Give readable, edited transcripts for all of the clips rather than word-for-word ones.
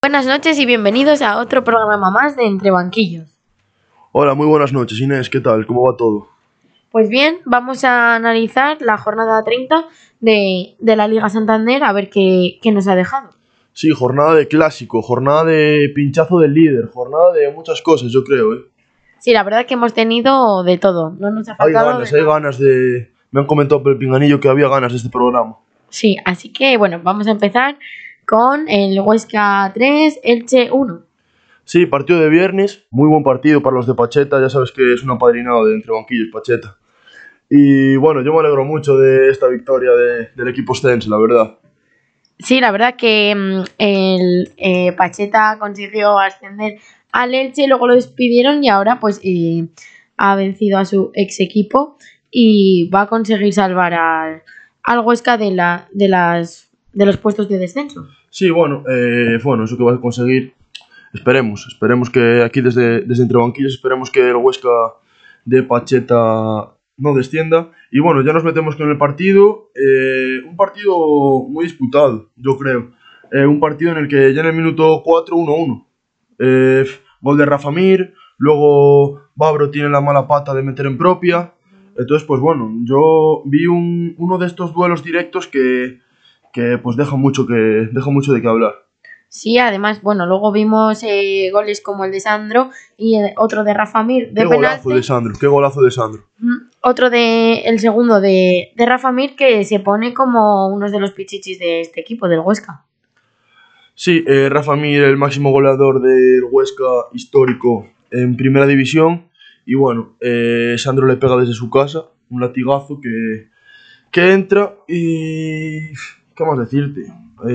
Buenas noches y bienvenidos a otro programa más de Entre Banquillos. Hola, muy buenas noches, Inés, ¿qué tal? ¿Cómo va todo? Pues bien, vamos a analizar la jornada 30 de la Liga Santander, a ver qué nos ha dejado. Sí, jornada de clásico, jornada de pinchazo del líder, jornada de muchas cosas, yo creo, ¿eh? Sí, la verdad que hemos tenido de todo, no nos ha faltado de Hay nada. ganas de... Me han comentado por el pinganillo que había ganas de este programa. Sí, así que bueno, vamos a empezar con el Huesca 3, Elche 1. Sí, partido de viernes, muy buen partido para los de Pacheta, ya sabes que es un apadrinado de Entre Banquillos, Pacheta. Y bueno, yo me alegro mucho de esta victoria del equipo ostense, la verdad. Sí, la verdad que el Pacheta consiguió ascender al Elche, luego lo despidieron y ahora pues ha vencido a su ex equipo y va a conseguir salvar al Huesca de los puestos de descenso. Sí, bueno, eso que va a conseguir. Esperemos que aquí desde Entre Banquillos, esperemos que el Huesca de Pacheta no descienda. Y bueno, ya nos metemos con el partido. Un partido muy disputado, yo creo. Un partido en el que ya en el minuto 4, 1-1. Gol de Rafa Mir. Luego Babro tiene la mala pata de meter en propia. Entonces, pues bueno, yo vi uno de estos duelos directos que pues deja mucho de qué hablar. Sí, además, bueno, luego vimos goles como el de Sandro y otro de Rafa Mir Qué de golazo de penalti. Sandro, qué golazo de Sandro. Otro el segundo de Rafa Mir que se pone como uno de los pichichis de este equipo, del Huesca. Sí, Rafa Mir, el máximo goleador del Huesca histórico en primera división. Y bueno, Sandro le pega desde su casa un latigazo que entra y... ¿Qué más decirte?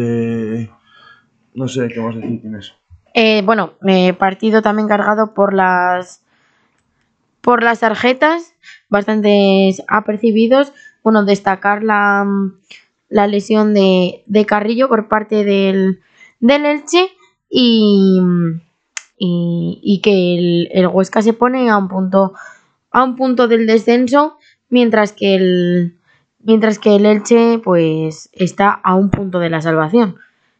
No sé qué más decirte, Inés. Partido también cargado por las tarjetas, bastantes apercibidos. Bueno, destacar la lesión de Carrillo por parte del Elche y que el Huesca se pone a un punto del descenso, mientras que el Elche pues está a un punto de la salvación.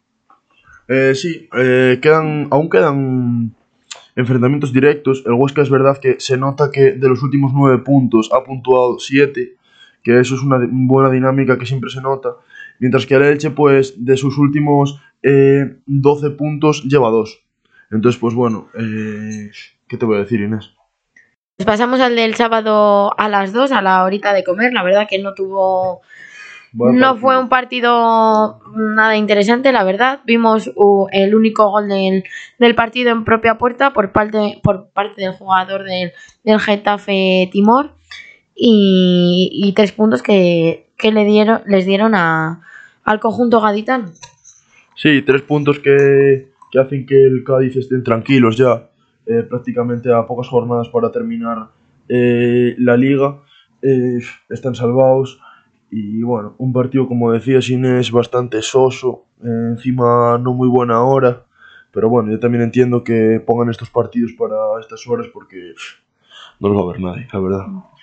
Sí, aún quedan enfrentamientos directos. El Huesca es verdad que se nota que de los últimos 9 puntos ha puntuado 7, que eso es una buena dinámica que siempre se nota. Mientras que el Elche, pues, de sus últimos 12 puntos lleva 2. Entonces, pues bueno, ¿qué te voy a decir, Inés? Pues pasamos al del sábado a las 2, a la horita de comer. La verdad que Buen no fue partido. un partido nada interesante, la verdad. Vimos el único gol del partido en propia puerta por parte del jugador del Getafe Timor y 3 puntos que les dieron al conjunto gaditano. Sí, 3 puntos que hacen que el Cádiz estén tranquilos ya, prácticamente a pocas jornadas para terminar la liga. Están salvados y bueno, un partido como decía Inés bastante soso, encima no muy buena hora, pero bueno, yo también entiendo que pongan estos partidos para estas horas porque no los va a ver nadie, la verdad.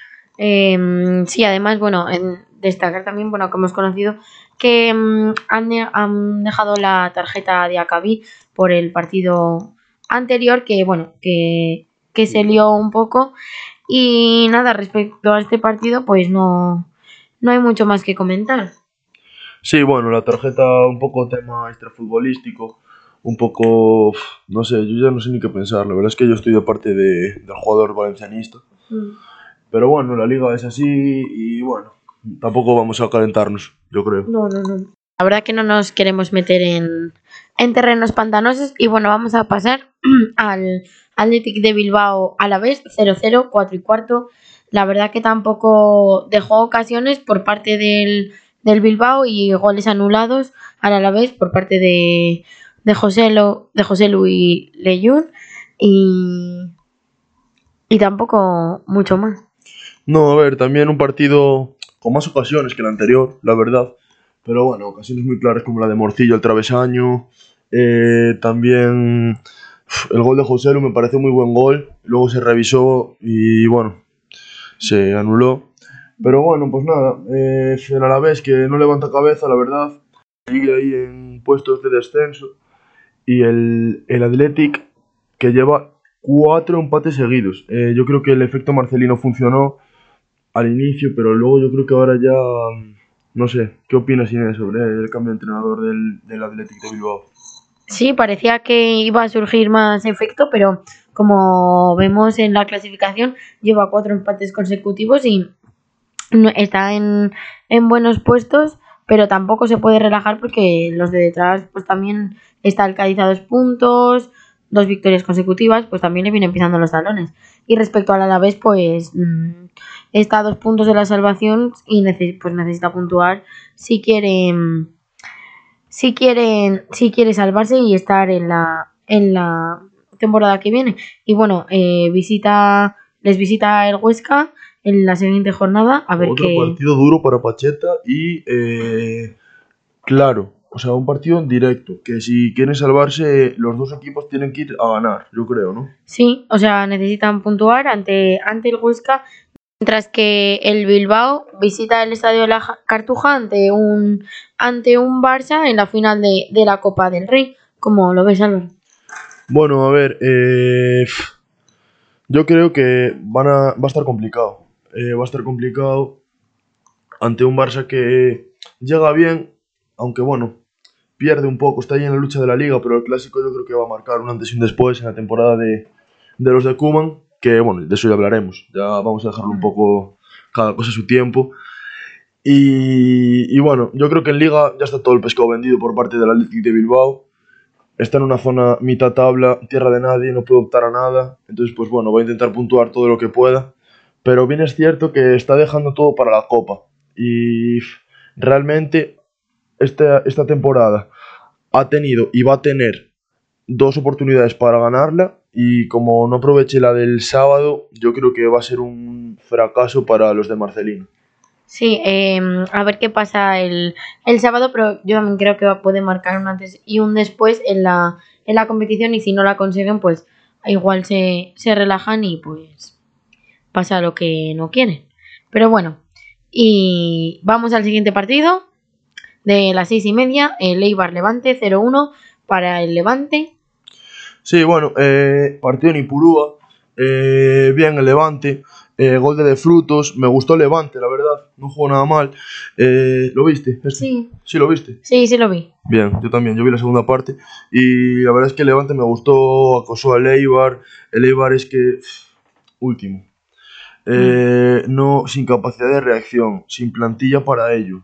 Sí, además, bueno, en destacar también, bueno, que hemos conocido que han dejado la tarjeta de Acabí por el partido anterior, que bueno, que se lió un poco. Y nada, respecto a este partido, pues no hay mucho más que comentar. Sí, bueno, la tarjeta un poco tema extrafutbolístico, un poco, no sé, yo ya no sé ni qué pensar, la verdad es que yo estoy de parte del jugador valencianista, pero bueno, la liga es así y bueno, tampoco vamos a calentarnos, yo creo. No. La verdad que no nos queremos meter en terrenos pantanosos y bueno, vamos a pasar al Athletic de Bilbao Alavés 0-0, 4 y cuarto. La verdad que tampoco dejó ocasiones por parte del Bilbao y goles anulados al Alavés por parte de José Luis Leyún y, y tampoco mucho más. No, a ver, también un partido con más ocasiones que el anterior, la verdad, pero bueno, ocasiones muy claras como la de Morcillo, el travesaño, también el gol de José Lu me pareció muy buen gol, luego se revisó y bueno, se anuló. Pero bueno, pues nada, el Alavés que no levanta cabeza, la verdad, sigue ahí en puestos de descenso y el Athletic, que lleva 4 empates seguidos. Yo creo que el efecto Marcelino funcionó al inicio, pero luego yo creo que ahora ya... No sé, ¿qué opinas, Inés, sobre el cambio de entrenador del Athletic de Bilbao? Sí, parecía que iba a surgir más efecto, pero como vemos en la clasificación, lleva 4 empates consecutivos y está en buenos puestos, pero tampoco se puede relajar porque los de detrás, pues también está el Cádiz a 2 puntos, 2 victorias consecutivas, pues también le vienen pisando los talones. Y respecto al Alavés, pues está a 2 puntos de la salvación y pues necesita puntuar si quiere, si quiere salvarse y estar en la temporada que viene. Y bueno, les visita el Huesca en la siguiente jornada. A ver Otro qué. partido duro para Pacheta y claro, o sea, un partido en directo, que si quieren salvarse los dos equipos tienen que ir a ganar, yo creo, ¿no? Sí, o sea, necesitan puntuar ante el Huesca, mientras que el Bilbao visita el Estadio de la Cartuja ante un Barça en la final de la Copa del Rey. ¿Cómo lo ves, Álvaro? Bueno, a ver, yo creo que va a estar complicado. Va a estar complicado ante un Barça que llega bien, aunque bueno, pierde un poco, está ahí en la lucha de la liga, pero el clásico yo creo que va a marcar un antes y un después en la temporada de los de Koeman, que bueno, de eso ya hablaremos, ya vamos a dejarlo un poco cada cosa a su tiempo. Y bueno, yo creo que en liga ya está todo el pescado vendido por parte del Athletic de Bilbao. Está en una zona mitad tabla, tierra de nadie, no puede optar a nada. Entonces, pues bueno, va a intentar puntuar todo lo que pueda. Pero bien es cierto que está dejando todo para la Copa. Y realmente esta temporada ha tenido y va a tener 2 oportunidades para ganarla. Y como no aproveche la del sábado, yo creo que va a ser un fracaso para los de Marcelino. Sí, a ver qué pasa el sábado, pero yo también creo que puede marcar un antes y un después en la competición, y si no la consiguen, pues igual se relajan y pues pasa lo que no quieren. Pero bueno, y vamos al siguiente partido de las 6:30, el Eibar Levante 0-1 para el Levante. Sí, bueno, partido en Ipurúa, bien el Levante, gol de Frutos, me gustó el Levante, la verdad, no jugó nada mal. ¿Lo viste? Sí. ¿Sí lo viste? Sí, sí lo vi. Bien, yo también, yo vi la segunda parte y la verdad es que el Levante me gustó, acosó al Eibar, el Eibar es que último, no, sin capacidad de reacción, sin plantilla para ello.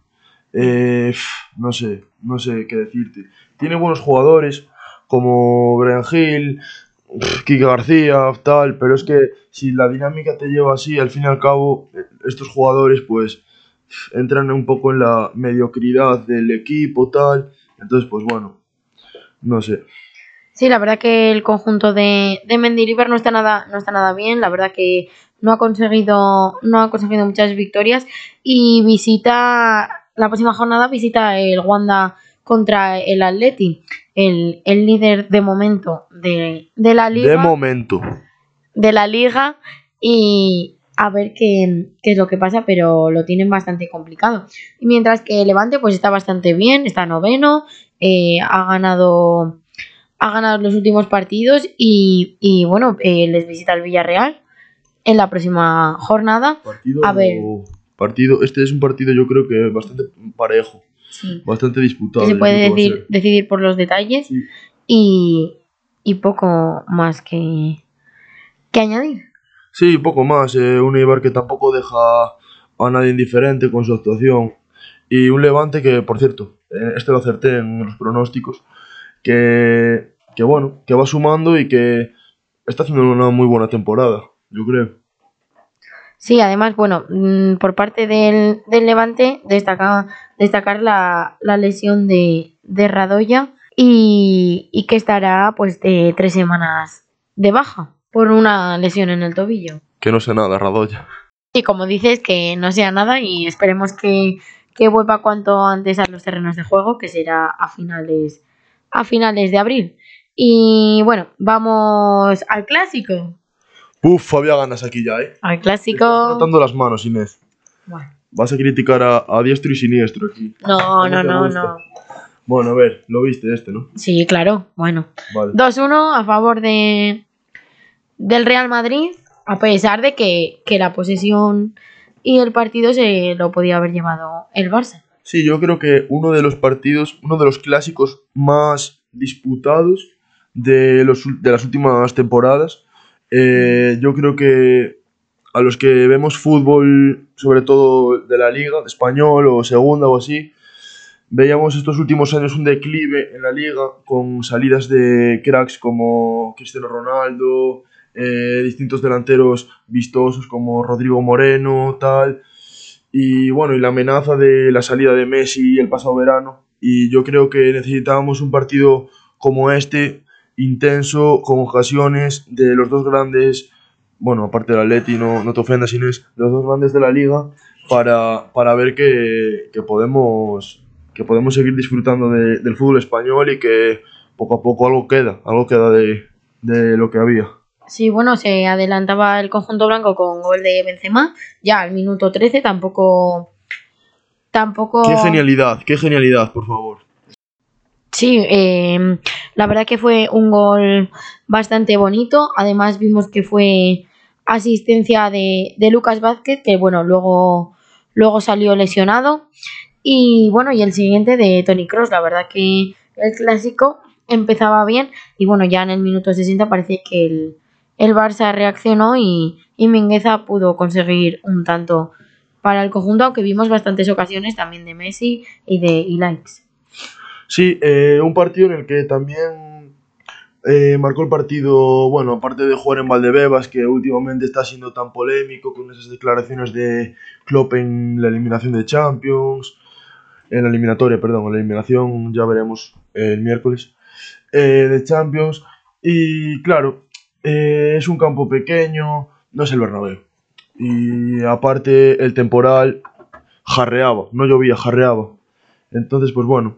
No sé qué decirte. Tiene buenos jugadores como Brian Hill, Kike García, tal, pero es que si la dinámica te lleva así, al fin y al cabo, estos jugadores pues entran un poco en la mediocridad del equipo, tal. Entonces, pues bueno, no sé. Sí, la verdad que el conjunto de Mendilibar no está nada bien. La verdad que no ha conseguido muchas victorias y la próxima jornada visita el Wanda contra el Atleti, el líder de momento de la liga. De momento. De la liga, y a ver qué es lo que pasa, pero lo tienen bastante complicado. Y mientras que Levante pues está bastante bien, está noveno, ha ganado los últimos partidos y bueno, les visita el Villarreal en la próxima jornada. A ver. Este es un partido yo creo que bastante parejo, Sí, bastante disputado. que se puede decidir por los detalles, sí. y poco más que añadir. Sí, poco más. Un Eibar que tampoco deja a nadie indiferente con su actuación. Y un Levante que, por cierto, este lo acerté en los pronósticos, que bueno, que va sumando y que está haciendo una muy buena temporada, yo creo. Sí, además, bueno, por parte del Levante, destacar la lesión de Radoya, y que estará pues de 3 semanas de baja por una lesión en el tobillo. Que no sé nada, Radoya. Y como dices, que no sea nada, y esperemos que vuelva cuanto antes a los terrenos de juego, que será a finales de abril. Y bueno, vamos al clásico. Uf, había ganas aquí ya, ¿eh? Al Te clásico. estás frotando las manos, Inés. Bueno. Vas a criticar a diestro y siniestro aquí. No. Bueno, a ver, lo viste este, ¿no? Sí, claro, bueno. Vale. 2-1 a favor del Real Madrid, a pesar de que la posesión y el partido se lo podía haber llevado el Barça. Sí, yo creo que uno de los partidos, uno de los clásicos más disputados de las últimas temporadas. Yo creo que a los que vemos fútbol, sobre todo de la Liga, de Español o Segunda o así, veíamos estos últimos años un declive en la Liga con salidas de cracks como Cristiano Ronaldo, distintos delanteros vistosos como Rodrigo Moreno, tal. Y bueno, y la amenaza de la salida de Messi el pasado verano. Y yo creo que necesitábamos un partido como este, intenso, con ocasiones de los dos grandes, bueno, aparte del Atleti, no te ofendas Inés, de los dos grandes de la liga, para ver que podemos seguir disfrutando del fútbol español y que poco a poco algo queda de lo que había. Sí, bueno, se adelantaba el conjunto blanco con gol de Benzema, ya al minuto 13, tampoco... Qué genialidad, por favor. Sí, la verdad que fue un gol bastante bonito, además vimos que fue asistencia de Lucas Vázquez, que bueno, luego salió lesionado, y bueno, y el siguiente de Toni Kroos, la verdad que el clásico empezaba bien, y bueno, ya en el minuto 60 parece que el Barça reaccionó y Mingueza pudo conseguir un tanto para el conjunto, aunque vimos bastantes ocasiones también de Messi y de likes. Sí, un partido en el que también marcó el partido, bueno, aparte de jugar en Valdebebas, que últimamente está siendo tan polémico con esas declaraciones de Klopp en la eliminación de Champions, en la eliminatoria, perdón, en la eliminación ya veremos el miércoles, de Champions. Y claro, es un campo pequeño, no es el Bernabéu. Y aparte el temporal jarreaba, no llovía, jarreaba. Entonces, pues bueno,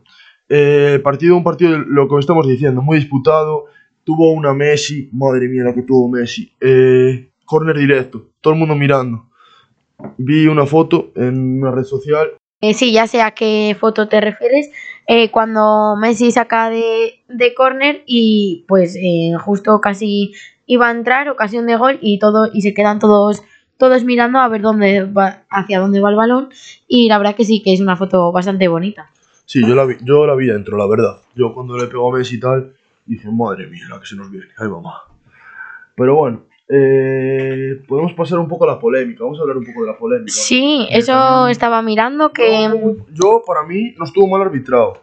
un partido, lo que estamos diciendo, muy disputado. Tuvo una Messi, madre mía la que tuvo Messi. Córner directo, todo el mundo mirando. Vi una foto en una red social. Sí, ya sé a qué foto te refieres. Cuando Messi saca de córner y pues justo casi iba a entrar, ocasión de gol y se quedan todos mirando a ver hacia dónde va el balón, y la verdad que sí, que es una foto bastante bonita. Sí, yo la vi dentro, la verdad. Yo cuando le pegó a Messi y tal, dije, madre mía, la que se nos viene, ahí vamos. Pero bueno, podemos pasar un poco a la polémica, vamos a hablar un poco de la polémica. Sí, eso estaba mirando que... Para mí, no estuvo mal arbitrado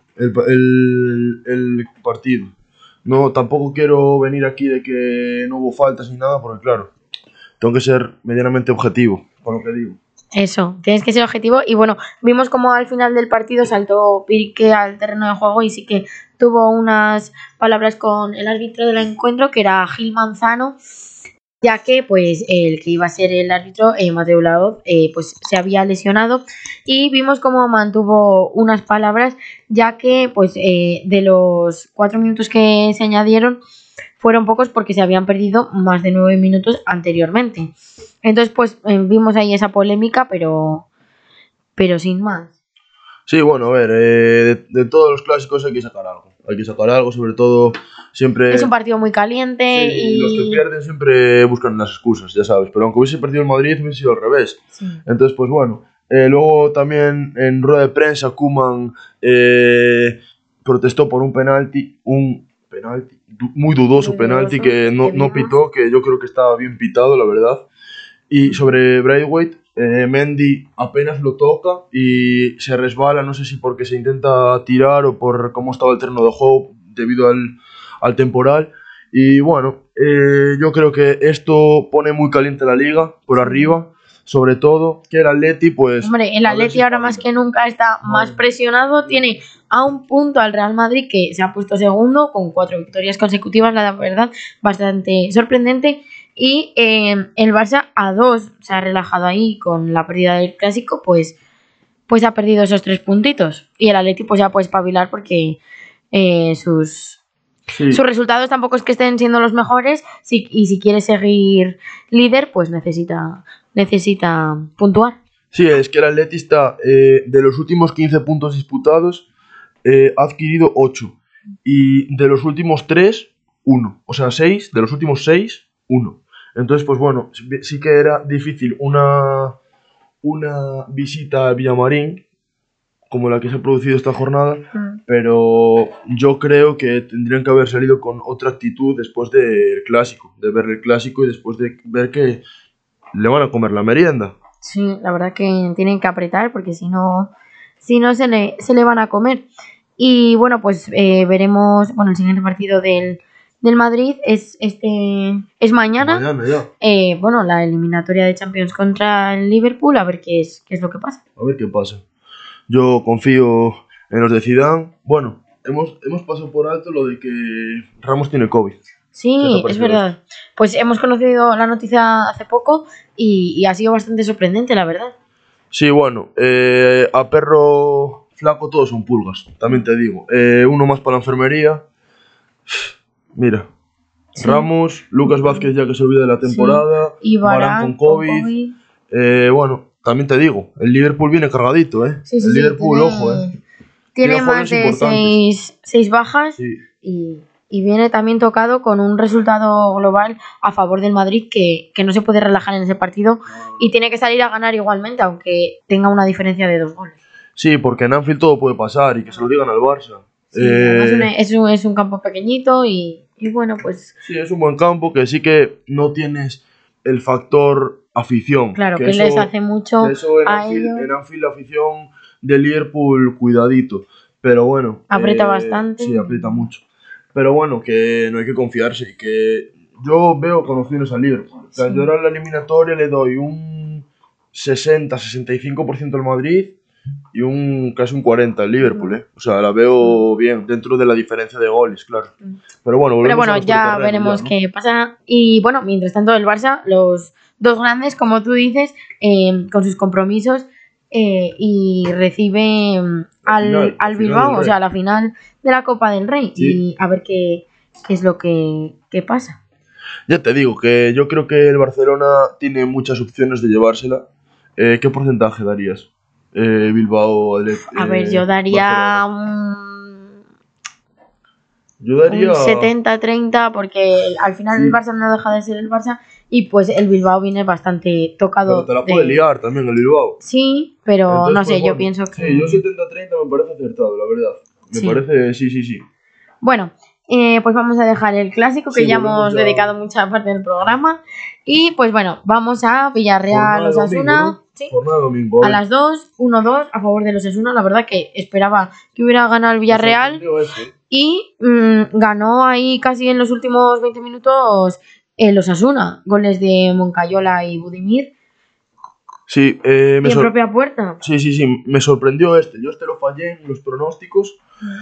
el partido. No, tampoco quiero venir aquí de que no hubo faltas ni nada, porque claro, tengo que ser medianamente objetivo con lo que digo. Eso, tienes que ser objetivo. Y bueno, vimos como al final del partido saltó Piqué al terreno de juego y sí que tuvo unas palabras con el árbitro del encuentro, que era Gil Manzano, ya que pues el que iba a ser el árbitro, Mateu Laoz, pues se había lesionado, y vimos cómo mantuvo unas palabras, ya que pues de los 4 minutos que se añadieron fueron pocos porque se habían perdido más de 9 minutos anteriormente. Entonces pues vimos ahí esa polémica, pero sin más. Sí, bueno, a ver, de todos los clásicos hay que sacar algo. Hay que sacar algo, sobre todo siempre... Es un partido muy caliente, sí, y los que pierden siempre buscan las excusas, ya sabes. Pero aunque hubiese perdido el Madrid, hubiese sido al revés. Sí. Entonces, pues bueno. Luego también en rueda de prensa Koeman protestó por un penalti muy dudoso, penalti que no pitó, que yo creo que estaba bien pitado, la verdad. Y sobre Braithwaite, Mendy apenas lo toca y se resbala, no sé si porque se intenta tirar o por cómo estaba el terreno de juego debido al temporal. Y bueno, yo creo que esto pone muy caliente la liga por arriba, sobre todo que el Atleti, pues... Hombre, el Atleti ahora más que nunca está más presionado, tiene a un punto al Real Madrid, que se ha puesto segundo con 4 victorias consecutivas, la verdad, bastante sorprendente. Y el Barça a 2 se ha relajado ahí con la pérdida del clásico, pues ha perdido esos 3 puntitos. Y el Atleti pues ya puede espabilar porque sus resultados tampoco es que estén siendo los mejores, y si quiere seguir líder pues necesita puntuar. Sí, es que el Atleti está de los últimos 15 puntos disputados, ha adquirido 8. Y de los últimos 3, 1. O sea, 6, de los últimos 6, 1. Entonces, pues bueno, sí que era difícil una visita a Villamarín, como la que se ha producido esta jornada, pero yo creo que tendrían que haber salido con otra actitud después del clásico, de ver el clásico y después de ver que le van a comer la merienda. Sí, la verdad que tienen que apretar porque si no se le van a comer. Y bueno, pues veremos, bueno, el siguiente partido del Madrid es mañana. Mañana ya. Bueno, la eliminatoria de Champions contra el Liverpool, a ver qué es lo que pasa. A ver qué pasa. Yo confío en los de Zidane. Bueno, hemos pasado por alto lo de que Ramos tiene COVID. Sí, es verdad. Pues hemos conocido la noticia hace poco y ha sido bastante sorprendente, la verdad. Sí, bueno, a perro flaco todos son pulgas, también te digo. Uno más para la enfermería. Mira, sí. Ramos, Lucas Vázquez ya que se olvida de la temporada, sí. Y Varane con COVID. Bueno, también te digo, el Liverpool viene cargadito, ¿eh? Sí, el Liverpool, tiene, ojo, Tiene más de 6 bajas, sí. y viene también tocado con un resultado global a favor del Madrid que no se puede relajar en ese partido y tiene que salir a ganar igualmente, aunque tenga una diferencia de 2 goles. Sí, porque en Anfield todo puede pasar y que se lo digan al Barça. Sí, además es un campo pequeñito y bueno, pues... Sí, es un buen campo que sí que no tienes el factor afición. Claro, que les hace mucho eso en Anfield la afición de Liverpool, cuidadito. Pero bueno... Aprieta bastante. Sí, aprieta mucho. Pero bueno, que no hay que confiarse y que yo veo con opciones al Liverpool. Sí. Yo ahora en la eliminatoria le doy un 60-65% al Madrid y casi un 40% al Liverpool, ¿eh? O sea, la veo bien, dentro de la diferencia de goles, claro. Pero bueno, ya veremos qué pasa. Y bueno, mientras tanto el Barça, los dos grandes, como tú dices, con sus compromisos, y recibe al Bilbao, o sea, la final de la Copa del Rey, sí. Y a ver qué es lo que pasa. Ya te digo que yo creo que el Barcelona tiene muchas opciones de llevársela. ¿Qué porcentaje darías? Bilbao, a ver, yo daría un 70-30 porque al final sí. El Barça no deja de ser el Barça y pues el Bilbao viene bastante tocado. Pero te la puede liar también el Bilbao. Sí, pero entonces, no sé, pues, yo pienso que... Sí, yo 70-30 me parece acertado, la verdad. Me parece, sí. Bueno, pues vamos a dejar el clásico que ya hemos dedicado mucha parte del programa. Y pues bueno, vamos a Villarreal Osasuna. ¿No? Sí. Jornada domingo. A las 2, 1-2 a favor de los Osasuna. La verdad que esperaba que hubiera ganado el Villarreal. Y ganó ahí casi en los últimos 20 minutos el Osasuna. Goles de Moncayola y Budimir. Sí, en propia puerta. Sí, me sorprendió Yo lo fallé en los pronósticos.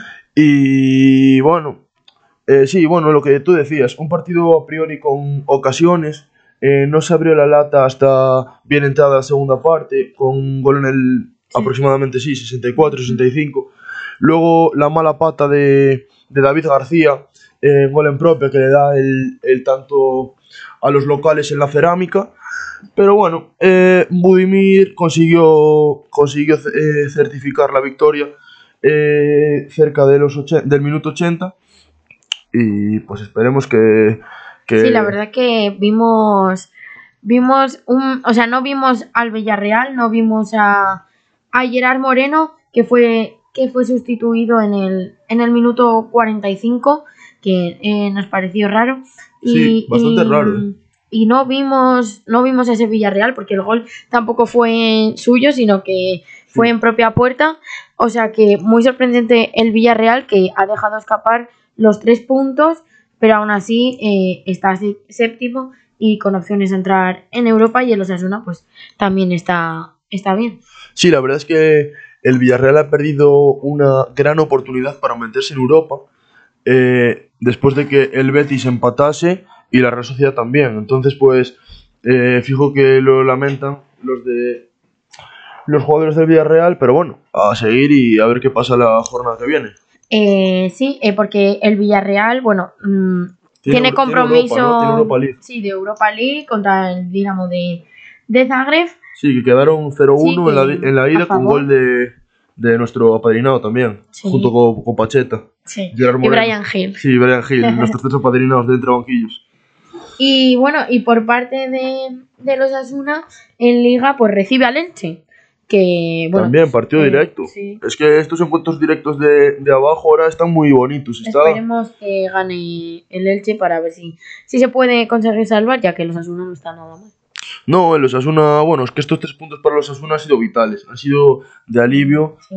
Y bueno, lo que tú decías, un partido a priori con ocasiones. No se abrió la lata hasta bien entrada la segunda parte, con un gol en el aproximadamente 64-65. Luego la mala pata de David García, gol en propia que le da el tanto a los locales en la cerámica. Pero bueno, Budimir consiguió certificar la victoria cerca de del minuto 80 y pues esperemos que... Sí, la verdad que vimos no vimos al Villarreal, no vimos a Gerard Moreno que fue sustituido en el minuto 45, que nos pareció raro. Sí, bastante raro. Y no vimos a ese Villarreal porque el gol tampoco fue suyo, sino que fue en propia puerta. O sea que muy sorprendente el Villarreal, que ha dejado escapar los 3 puntos, pero aún así está séptimo y con opciones de entrar en Europa, y el Osasuna pues también está bien. Sí, la verdad es que el Villarreal ha perdido una gran oportunidad para meterse en Europa después de que el Betis empatase y la Real Sociedad también. Entonces pues fijo que lo lamentan los jugadores del Villarreal, pero bueno, a seguir y a ver qué pasa la jornada que viene. Sí, porque el Villarreal, bueno, tiene compromiso Tiene Europa League. Sí, de Europa League contra el Dinamo de Zagreb. Sí, que quedaron 0-1 en la ida con gol de de nuestro apadrinado también, Sí. junto con Pacheta. Sí. Gerard Y Moreno. Brian Hill. Sí, Brian Hill, nuestros 3 apadrinados de entre banquillos. Y bueno, y por parte de los Osasuna, en Liga, pues recibe al Elche. Que, bueno, También partido directo. Sí. Es que estos encuentros directos de abajo ahora están muy bonitos. Esperemos que gane el Elche para ver si se puede conseguir salvar, ya que los Osasuna no está nada mal. No, el Osasuna, bueno, es que estos 3 puntos para los Osasuna han sido vitales, han sido de alivio Sí.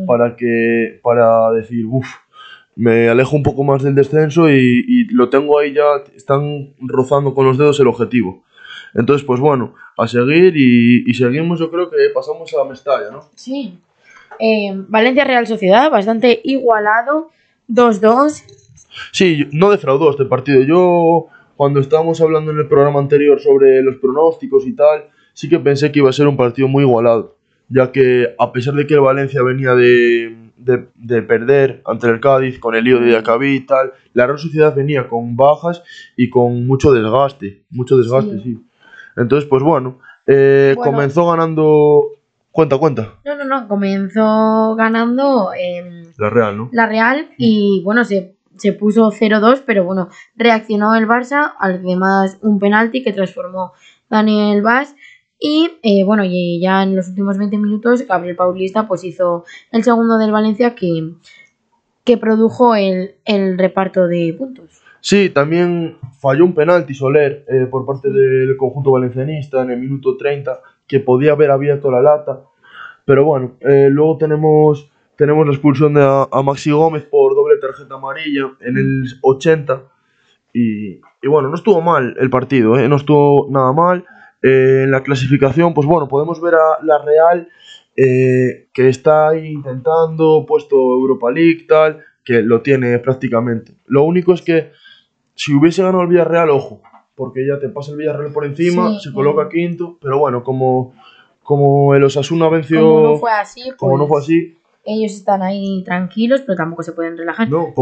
para decir, uff, me alejo un poco más del descenso y lo tengo ahí ya, están rozando con los dedos el objetivo. Entonces, pues bueno, a seguir y seguimos, yo creo que pasamos a Mestalla, ¿no? Sí. Valencia Real Sociedad, bastante igualado, 2-2. Sí, no defraudó este partido. Yo, cuando estábamos hablando en el programa anterior sobre los pronósticos y tal, sí que pensé que iba a ser un partido muy igualado, ya que a pesar de que el Valencia venía de perder ante el Cádiz con el lío de Diacabí y tal, la Real Sociedad venía con bajas y con mucho desgaste, sí. Entonces, pues bueno, comenzó ganando... Cuenta. No, comenzó ganando La Real, ¿no? la Real y bueno, se puso 0-2, pero bueno, reaccionó el Barça, además un penalti que transformó Daniel Vaz y bueno, y ya en los últimos 20 minutos Gabriel Paulista pues hizo el segundo del Valencia que produjo el reparto de puntos. Sí, también falló un penalti Soler por parte del conjunto valencianista en el minuto 30, que podía haber abierto la lata. Pero bueno, luego tenemos la expulsión a Maxi Gómez por doble tarjeta amarilla en el 80. Y bueno, no estuvo mal el partido, no estuvo nada mal. En la clasificación, pues bueno, podemos ver a la Real que está ahí intentando, puesto Europa League, tal, que lo tiene prácticamente. Lo único es que si hubiese ganado el Villarreal, ojo, porque ya te pasa el Villarreal por encima, Sí, se coloca quinto, pero bueno, como el Osasuna venció... Como no fue así, como no fue así, ellos están ahí tranquilos, pero tampoco se pueden relajar. no,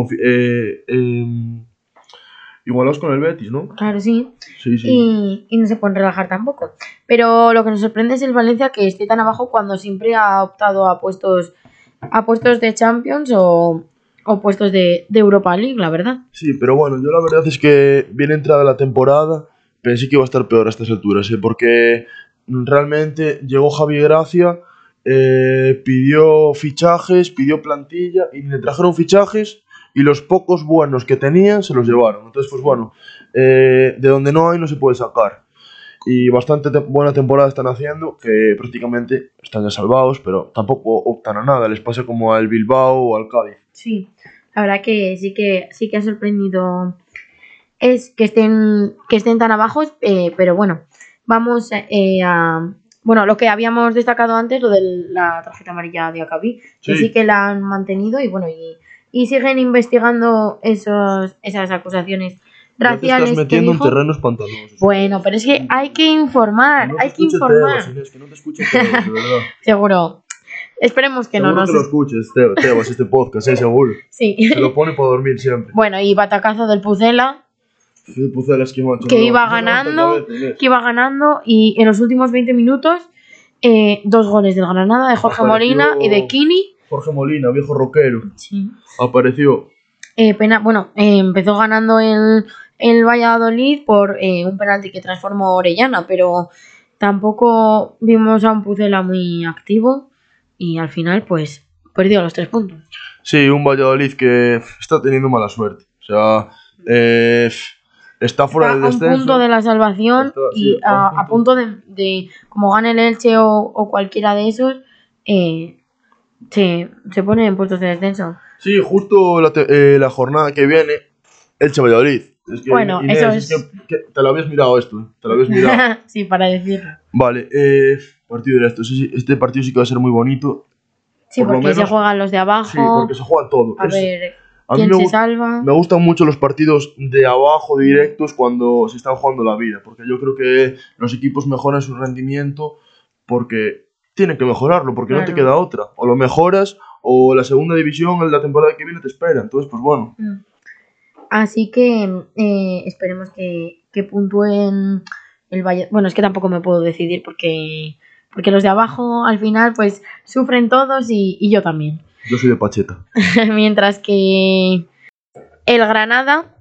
igualados con el Betis, ¿no? Claro, sí. Sí. Y no se pueden relajar tampoco. Pero lo que nos sorprende es el Valencia, que esté tan abajo cuando siempre ha optado a puestos de Champions o puestos de Europa League, la verdad. Sí, pero bueno, yo la verdad es que bien entrada la temporada, pensé que iba a estar peor a estas alturas, porque realmente llegó Javi Gracia, pidió fichajes, pidió plantilla y le trajeron fichajes y los pocos buenos que tenían se los llevaron. Entonces, pues bueno, de donde no hay no se puede sacar. Y bastante buena temporada están haciendo, que prácticamente están ya salvados, pero tampoco optan a nada. Les pasa como al Bilbao o al Cádiz. Sí, la verdad que sí que ha sorprendido es que estén tan abajo, pero bueno, vamos a... Bueno, lo que habíamos destacado antes, lo de la tarjeta amarilla de Acabí, que sí que la han mantenido y bueno, y siguen investigando esas acusaciones raciales. Te estás metiendo en terrenos pantanosos. Bueno, pero es que hay que informar, no hay que informar. Tebas, Inés, que no te escuche Tebas, de verdad. Seguro. Esperemos que seguro no nos... que lo escuches, Tebas, este podcast, seguro. Sí. Se lo pone para dormir siempre. Bueno, y batacazo del Pucela. Sí, Pucela, que macho, que iba ganando y en los últimos 20 minutos 2 goles del Granada, de Jorge Molina y de Kini. Jorge Molina, viejo rockero. Sí. Apareció. Empezó ganando el Valladolid por un penalti que transformó Orellana, pero tampoco vimos a un Pucela muy activo y al final pues perdió los 3 puntos. Sí, un Valladolid que está teniendo mala suerte. O sea, está fuera del descenso. A un punto de la salvación y a punto de como gane el Elche o cualquiera de esos, se pone en puestos de descenso. Sí, justo la jornada que viene, Elche Valladolid. Es que, bueno, Inés, eso es que te lo habías mirado esto, te lo habías mirado. Sí, para decirlo. Vale, partido directo. Este partido sí que va a ser muy bonito. Sí, porque se juegan los de abajo. Sí, porque se juega todo. A ver quién se salva. Me gustan mucho los partidos de abajo directos cuando se están jugando la vida, porque yo creo que los equipos mejoran su rendimiento porque tienen que mejorarlo, porque no te queda otra. O lo mejoras o la segunda división en la temporada que viene te espera. Entonces, pues bueno. Así que esperemos que puntúen el Valle. Bueno, es que tampoco me puedo decidir porque los de abajo al final pues sufren todos y yo también. Yo soy de Pacheta. Mientras que el Granada,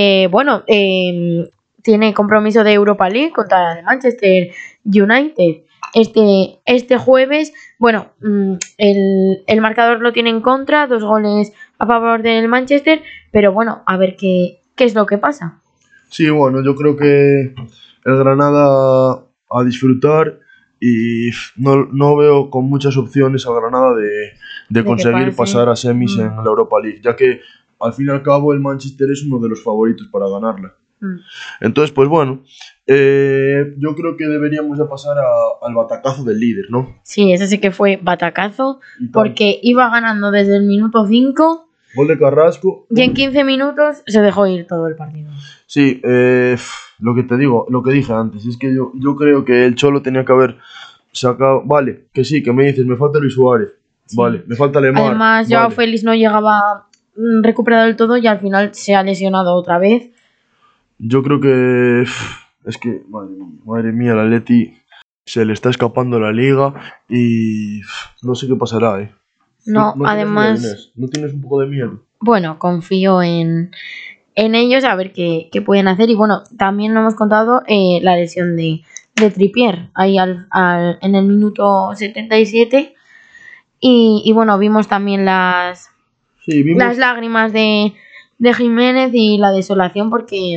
tiene compromiso de Europa League contra el Manchester United este jueves. Bueno, el marcador lo tiene en contra, 2 goles a favor del Manchester, pero bueno, a ver qué es lo que pasa. Sí, bueno, yo creo que el Granada a disfrutar y no veo con muchas opciones al Granada de conseguir pasar a semis en la Europa League, ya que al fin y al cabo el Manchester es uno de los favoritos para ganarla. Entonces, pues bueno, yo creo que deberíamos ya pasar al batacazo del líder, ¿no? Sí, ese sí que fue batacazo, porque iba ganando desde el minuto 5. Gol de Carrasco. Y en 15 minutos se dejó ir todo el partido. Sí, lo que te digo, lo que dije antes, es que yo creo que el Cholo tenía que haber sacado. Vale, que sí, que me dices, me falta Luis Suárez. Sí. Vale, me falta Lemar. Además, Joao Félix no llegaba recuperado del todo y al final se ha lesionado otra vez. Yo creo que. Es que, madre mía, el Atleti se le está escapando la liga y no sé qué pasará, ¿eh? No, además. Miedo, ¿no tienes un poco de miedo? Bueno, confío en ellos a ver qué pueden hacer. Y bueno, también nos hemos contado la lesión de Trippier ahí en el minuto 77. Y bueno, vimos también las lágrimas de Jiménez y la desolación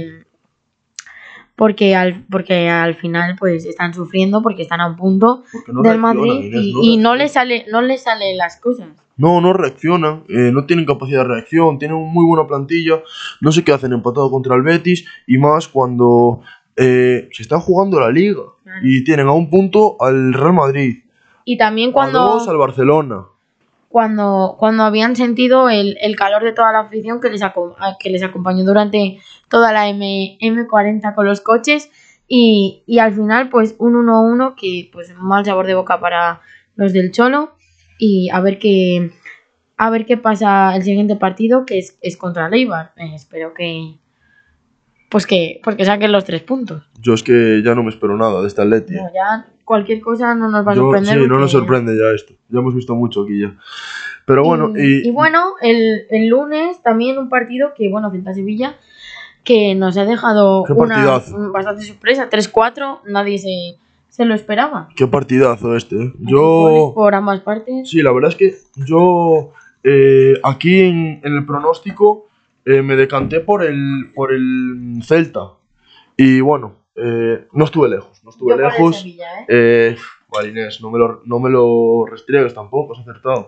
porque al final pues están sufriendo porque están a un punto del Madrid y no les salen las cosas. No reaccionan, no tienen capacidad de reacción, tienen muy buena plantilla, no sé qué hacen empatado contra el Betis y más cuando se están jugando la Liga y tienen a un punto al Real Madrid y también a 2 al Barcelona. Cuando habían sentido el calor de toda la afición que les acompañó durante toda la M40 con los coches y al final pues un 1-1 que pues mal sabor de boca para los del Cholo y a ver qué pasa el siguiente partido que es contra el Eibar. Espero que saquen los 3 puntos. Yo es que ya no me espero nada de esta Atleti. No, ya cualquier cosa no nos va a sorprender. Sí, no nos sorprende ya esto. Ya hemos visto mucho aquí ya. Pero bueno, y bueno, el lunes también un partido que, bueno, Celta-Sevilla, que nos ha dejado una bastante sorpresa. 3-4, nadie se lo esperaba. Qué partidazo este, ¿eh? Por ambas partes. Sí, la verdad es que yo aquí en el pronóstico me decanté por el Celta. Y bueno, no estuve lejos. Por el Sevilla, Vale, Inés, no me lo restriegues tampoco, has acertado.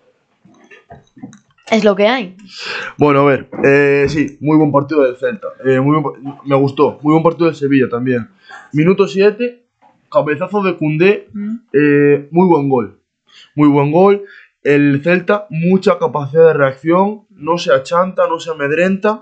Es lo que hay. Bueno, a ver, sí, muy buen partido del Celta. Me gustó, muy buen partido del Sevilla también. Minuto 7, cabezazo de Koundé, muy buen gol. Muy buen gol. El Celta, mucha capacidad de reacción, no se achanta, no se amedrenta.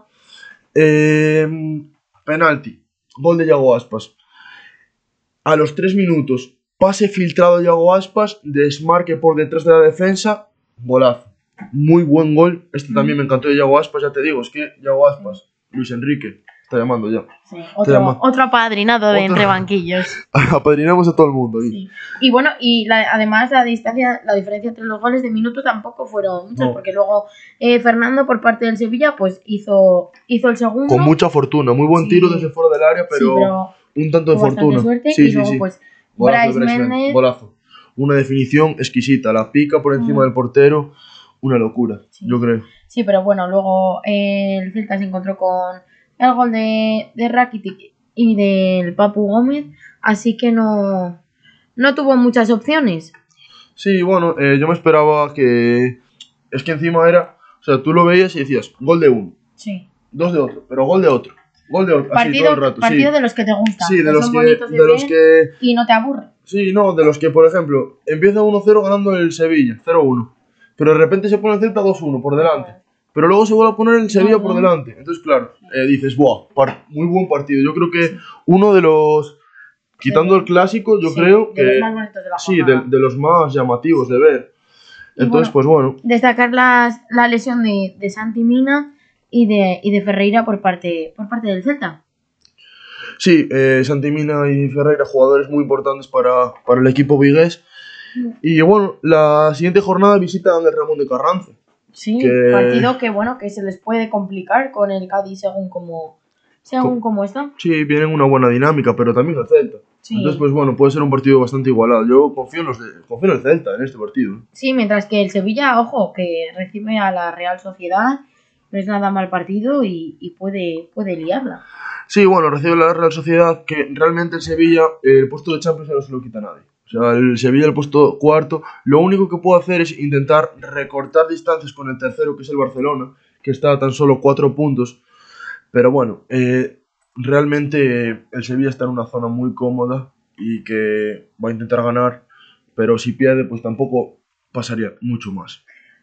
Penalti, gol de Yago Aspas. A los 3 minutos, pase filtrado de Yago Aspas, desmarque por detrás de la defensa, golazo. Muy buen gol. También me encantó de Yago Aspas, ya te digo, es que Yago Aspas, Luis Enrique, está llamando ya. Sí, otro apadrinado de entre banquillos. Apadrinamos a todo el mundo. Sí. Y bueno, además la diferencia entre los goles de minuto tampoco fueron muchas, porque luego Fernando por parte del Sevilla pues hizo el segundo. Con mucha fortuna, muy buen tiro desde fuera del área, pero un tanto de fortuna. Suerte, y luego pues Bryce Méndez. Golazo. Una definición exquisita, la pica por encima del portero, una locura, yo creo. Sí, pero bueno, luego el Celta se encontró con el gol de Rakitic y del Papu Gómez, así que no tuvo muchas opciones. Sí, bueno, yo me esperaba que... Es que encima era... O sea, tú lo veías y decías, gol de uno, sí, 2 de otro, pero gol de otro, así todo el rato. Partido de los que te gustan, sí, de los son bonitos de ver y no te aburren. Sí, no, de los que, por ejemplo, empieza 1-0 ganando el Sevilla, 0-1, pero de repente se pone el Celta 2-1 por delante. Pero luego se vuelve a poner el Sevilla por delante. Entonces, claro, dices, ¡buah! Muy buen partido. Yo creo que uno de los... Quitando el clásico, yo creo que... De los más bonitos de la jornada. Sí, de los más llamativos de ver. Entonces, pues bueno. Destacar la lesión de Santi Mina y de Ferreira por parte del Celta. Sí, Santi Mina y Ferreira, jugadores muy importantes para el equipo vigués. Y bueno, la siguiente jornada visitan el Ramón de Carranza. Sí, partido que bueno, que se les puede complicar con el Cádiz según como está. Sí, vienen una buena dinámica, pero también el Celta. Sí. Entonces, pues bueno, puede ser un partido bastante igualado. Yo confío en el Celta en este partido. Sí, mientras que el Sevilla, ojo, que recibe a la Real Sociedad, no es nada mal partido y puede liarla. Sí, bueno, recibe la Real Sociedad, que realmente el Sevilla, el puesto de Champions no se lo quita a nadie. O sea, el Sevilla, el puesto cuarto, lo único que puede hacer es intentar recortar distancias con el tercero, que es el Barcelona, que está a tan solo 4 puntos. Pero bueno, realmente el Sevilla está en una zona muy cómoda y que va a intentar ganar, pero si pierde, pues tampoco pasaría mucho más.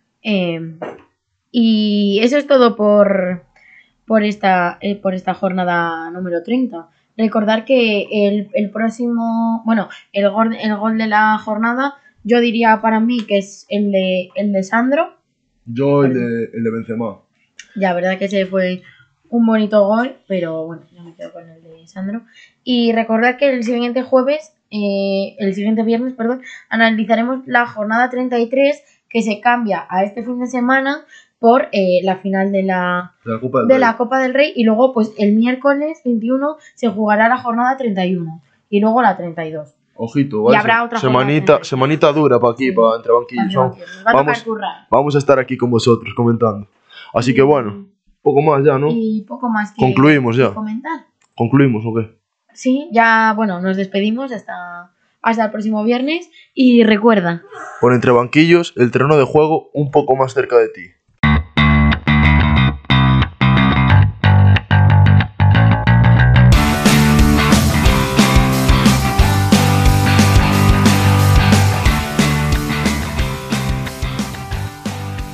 Y eso es todo por esta jornada número 30. Recordar que el próximo, bueno, el gol de la jornada, yo diría para mí que es el de Sandro. Yo el de Benzema. Ya, verdad que ese fue un bonito gol, pero bueno, yo me quedo con el de Sandro. Y recordar que el siguiente viernes, analizaremos la jornada 33 que se cambia a este fin de semana por la final de la Copa del Rey, y luego pues el miércoles 21 se jugará la jornada 31 y luego la 32. Ojito, ¿vale? Y habrá otra semanita dura para aquí, para entre banquillos. Vamos a estar aquí con vosotros comentando. Así que bueno, poco más ya, ¿no? Y poco más que concluimos ya. Comentar. ¿Concluimos o qué? Sí, ya, bueno, nos despedimos hasta el próximo viernes y recuerda. Por entre banquillos, el terreno de juego un poco más cerca de ti.